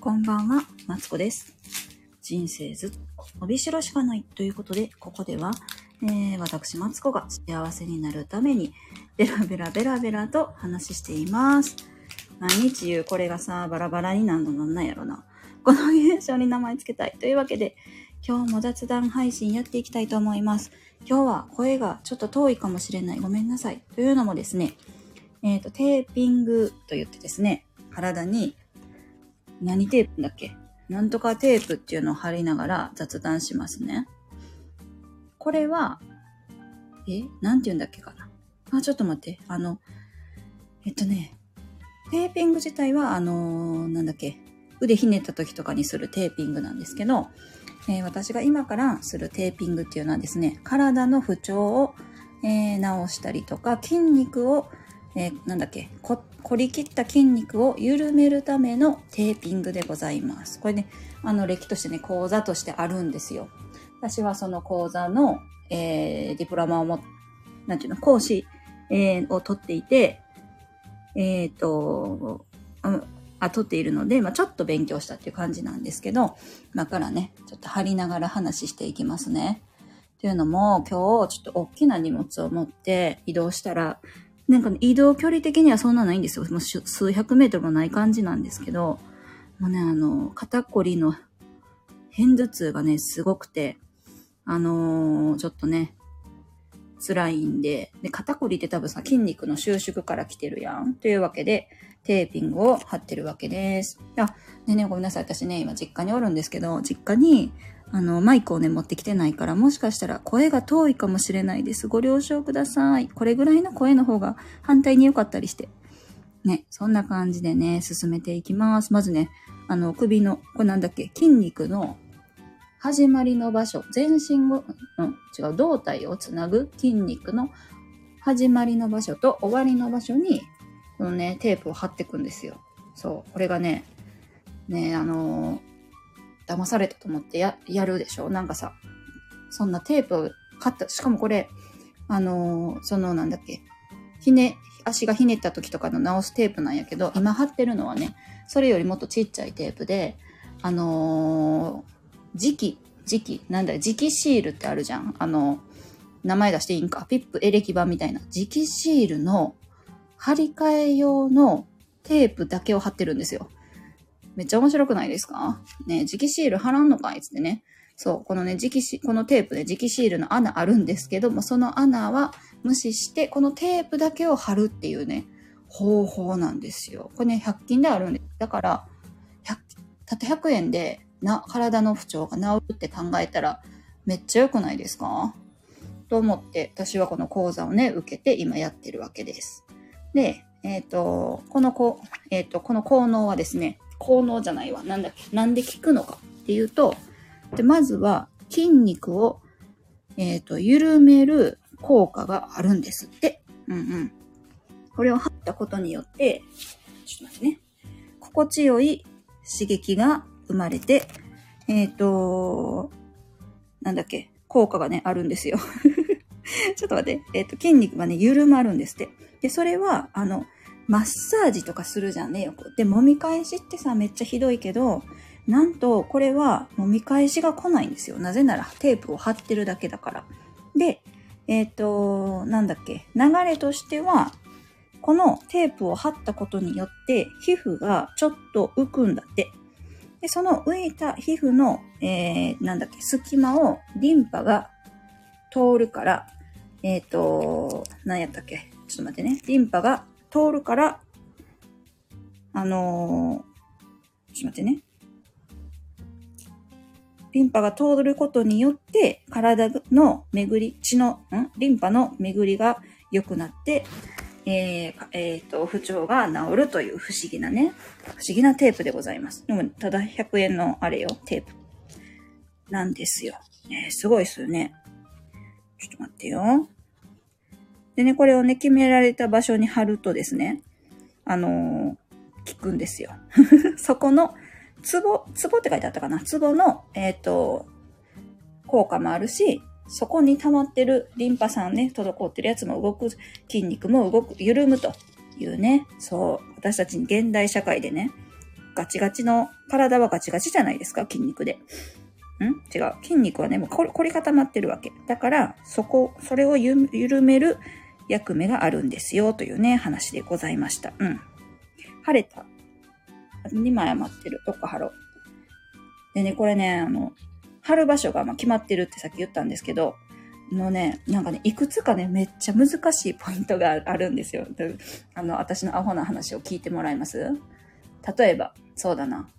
こんばんは、マツコです。人生ずっと伸びしろしかないということで、ここでは、私マツコが幸せになるためにベラベラベラベラと話しています。毎日言うこれがさ、バラバラになんのなんなんやろな。この現象に名前つけたいというわけで、今日も雑談配信やっていきたいと思います。今日は声がちょっと遠いかもしれない。ごめんなさい。というのもですね、テーピングと言ってですね、体に何テープだっけ？なんとかテープっていうのを貼りながら雑談しますね。これは、なんて言うんだっけかな。ちょっと待って。テーピング自体は、なんだっけ、腕ひねった時とかにするテーピングなんですけど、私が今からするテーピングっていうのはですね、体の不調を、治したりとか、筋肉を、凝り切った筋肉を緩めるためのテーピングでございます。これね、歴としてね、講座としてあるんですよ。私はその講座の、ディプロマを講師、を取っていて、取っているので、ちょっと勉強したっていう感じなんですけど、今からね、ちょっと貼りながら話していきますね。というのも、今日ちょっと大きな荷物を持って移動したら、なんか、ね、移動距離的にはそんなないんですよ。もう数百メートルもない感じなんですけど、もうね、肩こりの片頭痛がね、すごくて、ちょっとね、辛いんで、肩こりって多分さ、筋肉の収縮から来てるやん。というわけで、テーピングを貼ってるわけです。でね、ごめんなさい。私ね、今実家におるんですけど、実家に、マイクをね、持ってきてないから、もしかしたら声が遠いかもしれないです。ご了承ください。これぐらいの声の方が反対に良かったりして。ね、そんな感じでね、進めていきます。まずね、首の、これなんだっけ、筋肉の始まりの場所、全身を、胴体をつなぐ筋肉の始まりの場所と終わりの場所に、このね、テープを貼っていくんですよ。そう、これがね、騙されたと思ってやるでしょ。なんかさ、そんなテープを貼った、しかもこれ、なんだっけ、足がひねった時とかの直すテープなんやけど、今貼ってるのはね、それよりもっとちっちゃいテープで、磁気シールってあるじゃん。名前出していいんか。ピップエレキ板みたいな。磁気シールの貼り替え用のテープだけを貼ってるんですよ。めっちゃ面白くないですかね、磁気シール貼らんのかいつってね。そう、このね、このテープで磁気シールの穴あるんですけども、その穴は無視して、このテープだけを貼るっていうね、方法なんですよ。これね、100均であるんです。だから、たった100円で、体の不調が治るって考えたら、めっちゃ良くないですかと思って、私はこの講座をね、受けて今やってるわけです。で、この効能はですね、効能じゃないわ。なんで効くのかっていうと、まずは筋肉を、緩める効果があるんですって。これを貼ったことによって、ちょっと待ってね。心地よい刺激が生まれて、効果がね、あるんですよ。ちょっと待って。筋肉がね、緩まるんですって。で、それは、マッサージとかするじゃんね、よく。で、揉み返しってさ、めっちゃひどいけど、なんと、これは、揉み返しが来ないんですよ。なぜなら、テープを貼ってるだけだから。で、流れとしては、このテープを貼ったことによって、皮膚がちょっと浮くんだって。で、その浮いた皮膚の、隙間をリンパが通るから、ちょっと待ってね。リンパが通るから、ちょっと待ってね。リンパが通ることによって、体のリンパの巡りが良くなって、不調が治るという不思議なテープでございます。でも、ただ100円のあれよ、テープ。なんですよ。すごいですよね。ちょっと待ってよ。でね、これをね、決められた場所に貼るとですね、効くんですよ。そこの、ツボって書いてあったかな。ツボの、効果もあるし、そこに溜まってるリンパ酸ね、滞ってるやつも動く、筋肉も緩むというね、そう、私たちに現代社会でね、 ガチガチの、体はガチガチじゃないですか、筋肉で。違う。筋肉はね、もう凝り固まってるわけ。だから、それを緩める役目があるんですよ、というね、話でございました。晴れた。2枚余ってる。どっか貼ろう。でね、これね、貼る場所が決まってるってさっき言ったんですけど、なんかね、いくつかね、めっちゃ難しいポイントがあるんですよ。私のアホな話を聞いてもらえます？例えば、そうだな。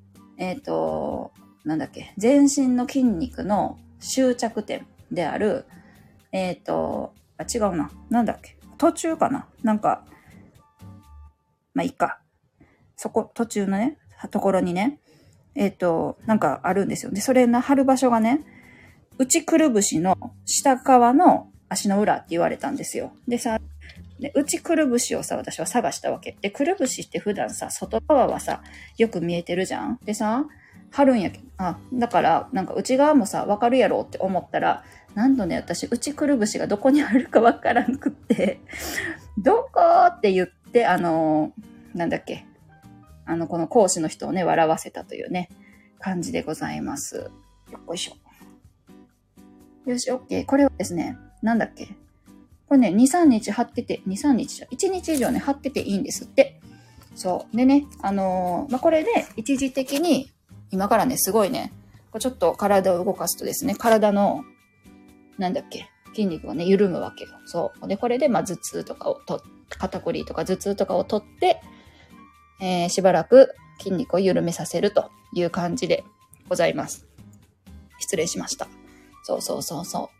なんだっけ、全身の筋肉の終着点である、違うな。なんだっけ、途中かな。なんか、いいか。途中のね、ところにね、なんかあるんですよ。で、それ貼る場所がね、内くるぶしの下側の足の裏って言われたんですよ。でさ、内くるぶしをさ、私は探したわけ。で、くるぶしって普段さ、外側はさ、よく見えてるじゃん。でさ、貼るんやけど、だから、なんか内側もさ、わかるやろって思ったら、なんとね、私、内くるぶしがどこにあるかわからんくって、どこって言って、なんだっけ、この講師の人をね、笑わせたというね、感じでございます。よいしょ。よし、OK。これはですね、なんだっけ。これね、2、3日貼ってて、2、3日じゃ、1日以上ね、貼ってていいんですって。そう。でね、これで一時的に、今からね、すごいね、ちょっと体を動かすとですね、体の、なんだっけ、筋肉がね、緩むわけよ。そう。で、これで、頭痛とかを肩こりとか頭痛とかを取って、しばらく筋肉を緩めさせるという感じでございます。失礼しました。そう。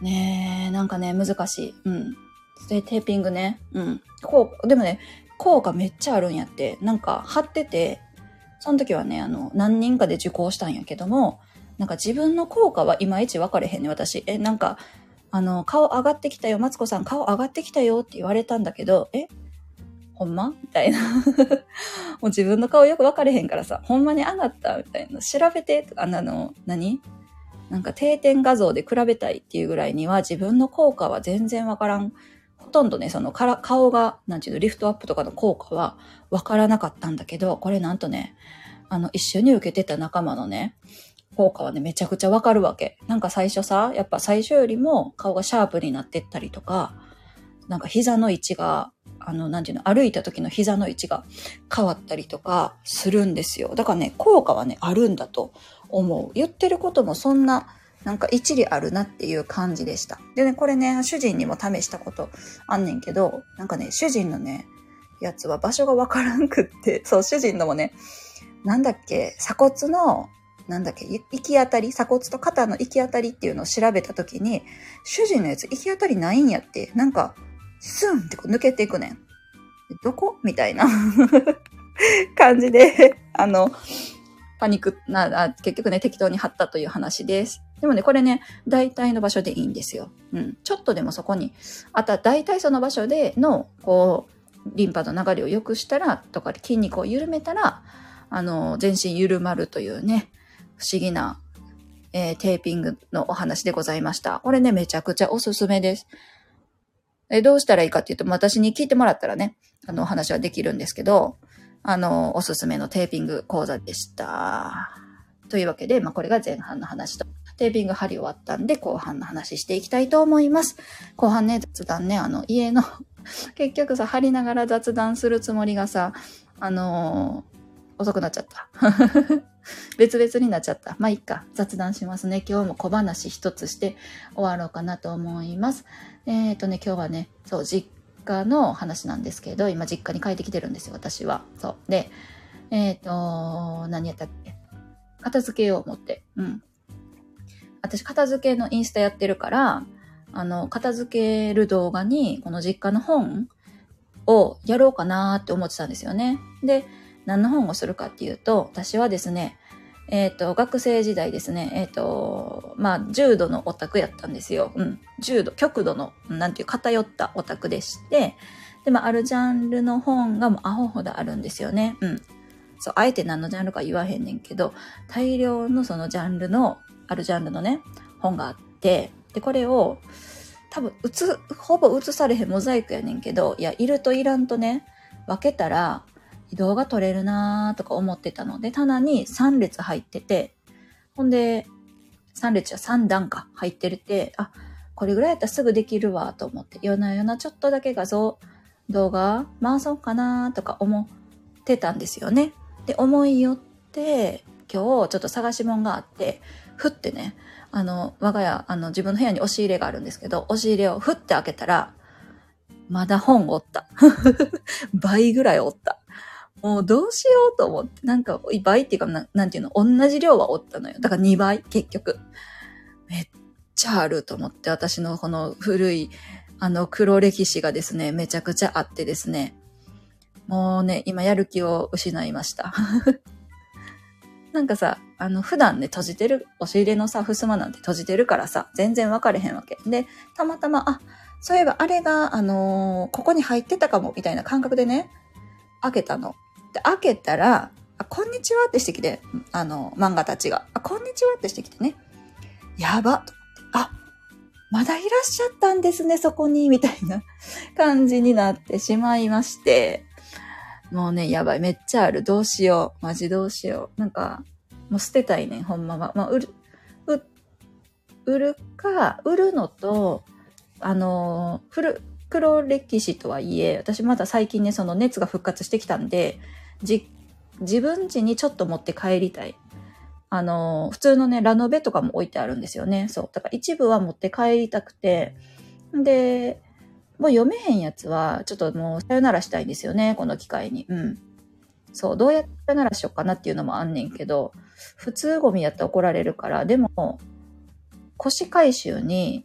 ねえ、なんかね、難しい。で、テーピングね。でもね、効果めっちゃあるんやって。なんか貼ってて、その時はね、何人かで受講したんやけども、なんか自分の効果はいまいち分かれへんね、私。なんか、顔上がってきたよ、マツコさん顔上がってきたよって言われたんだけど、ほんまみたいな。もう自分の顔よく分かれへんからさ、ほんまに上がったみたいな。調べて、何なんか定点画像で比べたいっていうぐらいには自分の効果は全然分からん。ほとんどね、その顔が、リフトアップとかの効果は分からなかったんだけど、これなんとね、一緒に受けてた仲間のね、効果はね、めちゃくちゃ分かるわけ。なんか最初さ、やっぱ最初よりも顔がシャープになってったりとか、なんか膝の位置が、歩いた時の膝の位置が変わったりとかするんですよ。だからね、効果はね、あるんだと思う。言ってることもそんな、なんか一理あるなっていう感じでした。でね、これね、主人にも試したことあんねんけど、なんかね、主人のね、やつは場所がわからんくって、そう、主人のもね、なんだっけ、鎖骨の、行き当たり、鎖骨と肩の行き当たりっていうのを調べたときに、主人のやつ行き当たりないんやって、なんか、スンってこう抜けていくねん。どこみたいな感じで、パニック結局ね、適当に貼ったという話です。でもね、これね、大体の場所でいいんですよ。ちょっとでもそこに、大体その場所での、リンパの流れを良くしたら、とか筋肉を緩めたら、全身緩まるというね、不思議な、テーピングのお話でございました。これね、めちゃくちゃおすすめです。どうしたらいいかっていうと、私に聞いてもらったらね、お話はできるんですけど、おすすめのテーピング講座でした。というわけで、これが前半の話と、テーピング貼り終わったんで、後半の話していきたいと思います。後半ね、雑談ね、家の、結局さ、貼りながら雑談するつもりがさ、遅くなっちゃった。別々になっちゃった。いいか。雑談しますね。今日も小話一つして終わろうかなと思います。今日はね、そう、実家の話なんですけど、今実家に帰ってきてるんですよ、私は。そう。で、何やったっけ？片付けよう思って。私、片付けのインスタやってるから、片付ける動画に、この実家の本をやろうかなって思ってたんですよね。で、何の本をするかっていうと、私はですね、学生時代ですね、重度のオタクやったんですよ。極度の、偏ったオタクでして、で、あるジャンルの本がもうアホほどあるんですよね。そう、あえて何のジャンルか言わへんねんけど、大量のそのジャンルの、あるジャンルのね、本があって、で、これを、多分、ほぼ映されへんモザイクやねんけど、いや、いるといらんとね、分けたら、 動画撮れるなーとか思ってたので、棚に3列入ってて、ほんで、3列は3段か入ってるって、あ、これぐらいやったらすぐできるわと思って、夜な夜なちょっとだけ動画回そうかなとか思ってたんですよね。で、思いよって、今日ちょっと探し物があって、ふってね、我が家、自分の部屋に押し入れがあるんですけど、押し入れをふって開けたら、まだ本おった。倍ぐらいおった。もうどうしようと思って、なんか倍っていうかなんていうの、同じ量はおったのよ。だから2倍、結局。めっちゃあると思って、私のこの古い、黒歴史がですね、めちゃくちゃあってですね。もうね、今やる気を失いました。なんかさ、普段ね、閉じてる、押し入れのさ、襖なんて閉じてるからさ、全然分かれへんわけ。で、たまたま、そういえばあれが、ここに入ってたかも、みたいな感覚でね、開けたの。で、開けたら、こんにちはってしてきて、漫画たちが、こんにちはってしてきてね、やばと思って、まだいらっしゃったんですね、そこに、みたいな感じになってしまいまして、もうね、やばい、めっちゃある、どうしよう、マジどうしよう。なんか、もう捨てたいねん、ほんまは。まあ、売るのと、黒歴史とはいえ、私まだ最近ね、その熱が復活してきたんで、自分家にちょっと持って帰りたい。普通のね、ラノベとかも置いてあるんですよね。そう。だから一部は持って帰りたくて、で、もう読めへんやつは、ちょっともうさよならしたいんですよね、この機会に。うん。そう、どうやってさよならしようかなっていうのもあんねんけど、普通ゴミやったら怒られるから、でも、腰回収に、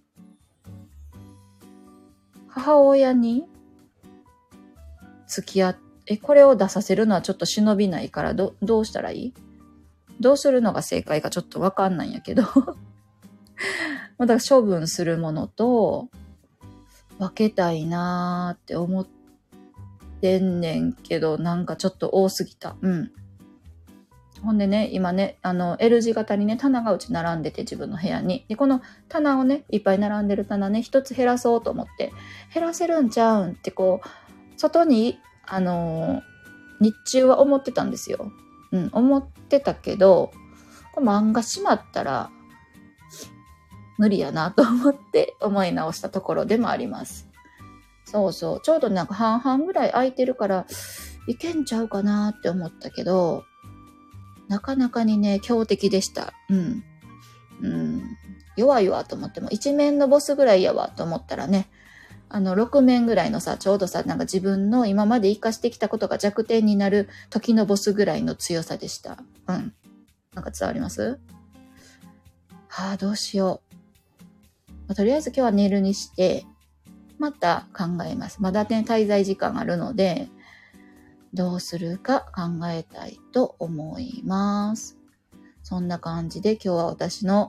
母親に付き合って、これを出させるのはちょっと忍びないから、どうしたらいい？どうするのが正解かちょっとわかんないんやけど。だから処分するものと分けたいなーって思ってんねんけど、なんかちょっと多すぎた。うん。ほんでね、今ね、L 字型にね、棚がうち並んでて自分の部屋に。で、この棚をね、いっぱい並んでる棚ね、一つ減らそうと思って、減らせるんちゃうんってこう、外に、日中は思ってたんですよ。うん、思ってたけど、漫画閉まったら、無理やなと思って思い直したところでもあります。そうそう。ちょうどなんか半々ぐらい空いてるから、いけんちゃうかなって思ったけど、なかなかにね、強敵でした。うん。弱いわと思っても、一面のボスぐらいやわと思ったらね、6面ぐらいのさ、ちょうどさ、なんか自分の今まで活かしてきたことが弱点になる時のボスぐらいの強さでした。うん。なんか伝わります？どうしよう。とりあえず今日は寝るにして、また考えます。まだね、滞在時間あるので、どうするか考えたいと思います。そんな感じで今日は私の、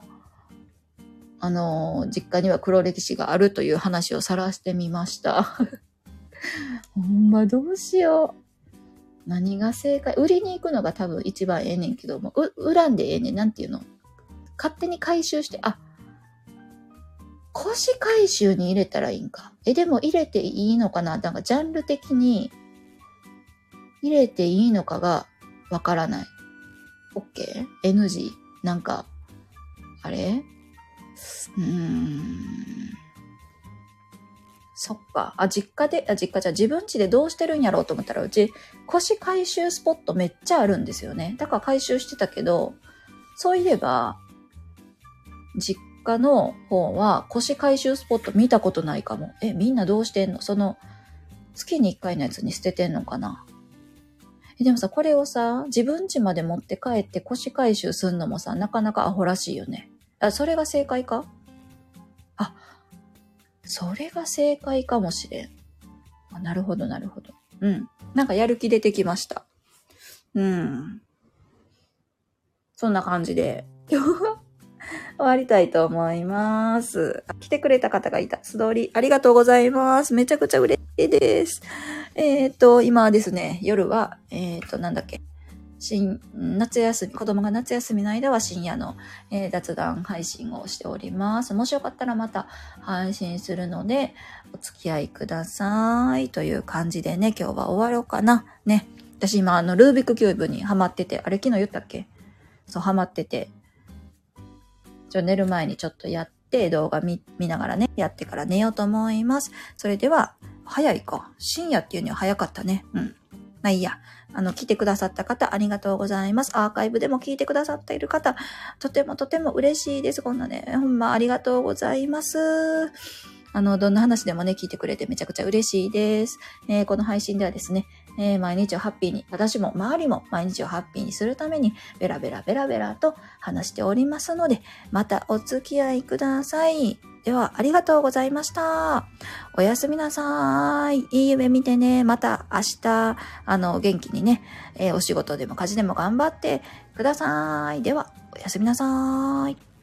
実家には黒歴史があるという話をさらしてみました。ほんまどうしよう。何が正解？売りに行くのが多分一番ええねんけども、恨んでええねん。なんていうの？勝手に回収して、腰回収に入れたらいいんか。でも入れていいのかな？なんかジャンル的に入れていいのかがわからない。OK？ NG？ なんか、あれ？そっか。実家じゃ自分家でどうしてるんやろうと思ったら、うち腰回収スポットめっちゃあるんですよね。だから回収してたけど、そういえば、実家の方は腰回収スポット見たことないかも。みんなどうしてんの？月に1回のやつに捨ててんのかな？でもさ、これをさ、自分家まで持って帰って腰回収すんのもさ、なかなかアホらしいよね。それが正解か？それが正解かもしれん。なるほど、なるほど。うん。なんかやる気出てきました。そんな感じで、今日は終わりたいと思います。来てくれた方がいた。素通りありがとうございます。めちゃくちゃ嬉しいです。今はですね、夜は、なんだっけ。夏休み、子供が夏休みの間は深夜の、雑談配信をしております。もしよかったらまた配信するので、お付き合いください。という感じでね、今日は終わろうかな。ね。 私今ルービックキューブにハマってて、あれ昨日言ったっけ？そう、ハマってて。寝る前にちょっとやって、動画見ながらね、やってから寝ようと思います。それでは、早いか。深夜っていうには早かったね。まあいいや。来てくださった方、ありがとうございます。アーカイブでも聞いてくださっている方、とてもとても嬉しいです。こんなね、ほんまありがとうございます。どんな話でもね、聞いてくれてめちゃくちゃ嬉しいです。この配信ではですね、毎日をハッピーに、私も周りも毎日をハッピーにするために、ベラベラベラベラと話しておりますので、またお付き合いください。では、ありがとうございました。おやすみなさい。いい夢見てね。また明日、元気にね、お仕事でも家事でも頑張ってください。では、おやすみなさい。